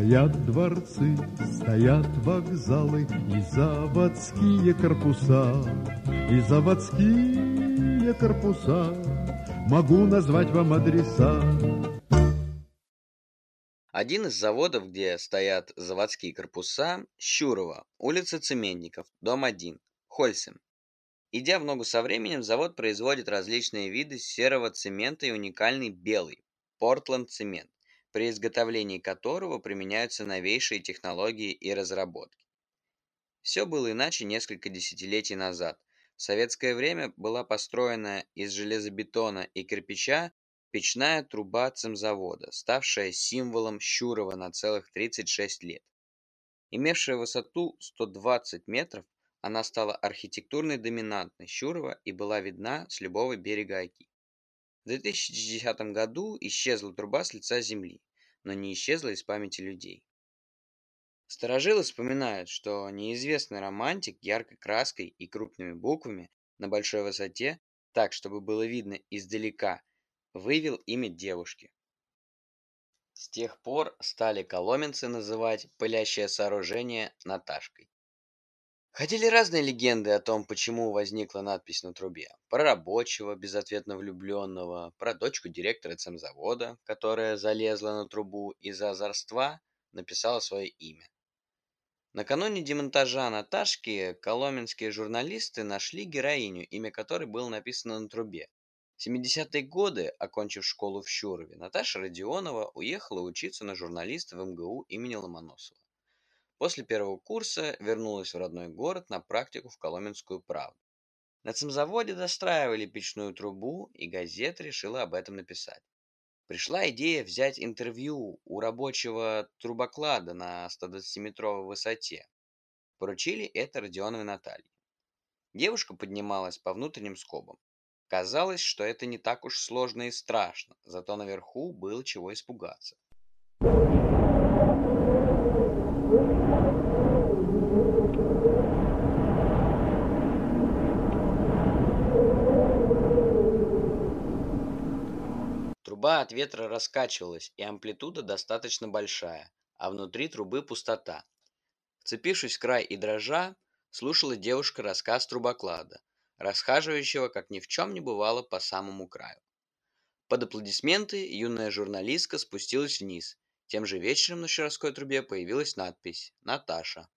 Стоят дворцы, стоят вокзалы и заводские корпуса, и заводские корпуса. Могу назвать вам адреса. Один из заводов, где стоят заводские корпуса, Щурова, улица Цементников, дом 1, Хольсем. Идя в ногу со временем, завод производит различные виды серого цемента и уникальный белый Портленд-цемент, при изготовлении которого применяются новейшие технологии и разработки. Все было иначе несколько десятилетий назад. В советское время была построена из железобетона и кирпича печная труба цемзавода, ставшая символом Щурова на целых 36 лет. Имевшая высоту 120 метров, она стала архитектурной доминантной Щурова и была видна с любого берега Оки. В 2010 году исчезла труба с лица земли, но не исчезла из памяти людей. Старожилы вспоминают, что неизвестный романтик яркой краской и крупными буквами на большой высоте, так, чтобы было видно издалека, вывел имя девушки. С тех пор стали коломенцы называть пылящее сооружение Наташкой. Ходили разные легенды о том, почему возникла надпись на трубе. Про рабочего, безответно влюбленного, про дочку директора цемзавода, которая залезла на трубу и из-за озорства написала свое имя. Накануне демонтажа Наташки коломенские журналисты нашли героиню, имя которой было написано на трубе. В 70-е годы, окончив школу в Щурове, Наташа Родионова уехала учиться на журналиста в МГУ имени Ломоносова. После первого курса вернулась в родной город на практику в Коломенскую правду. На цемзаводе достраивали печную трубу, и газета решила об этом написать. Пришла идея взять интервью у рабочего трубоклада на 120-метровой высоте. Поручили это Родионовой Наталье. Девушка поднималась по внутренним скобам. Казалось, что это не так уж сложно и страшно, зато наверху было чего испугаться. Труба от ветра раскачивалась, и амплитуда достаточно большая, а внутри трубы пустота. Вцепившись в край и дрожа, слушала девушка рассказ трубоклада, расхаживающего, как ни в чем не бывало, по самому краю. Под аплодисменты юная журналистка спустилась вниз. Тем же вечером на шаровской трубе появилась надпись «Наташа».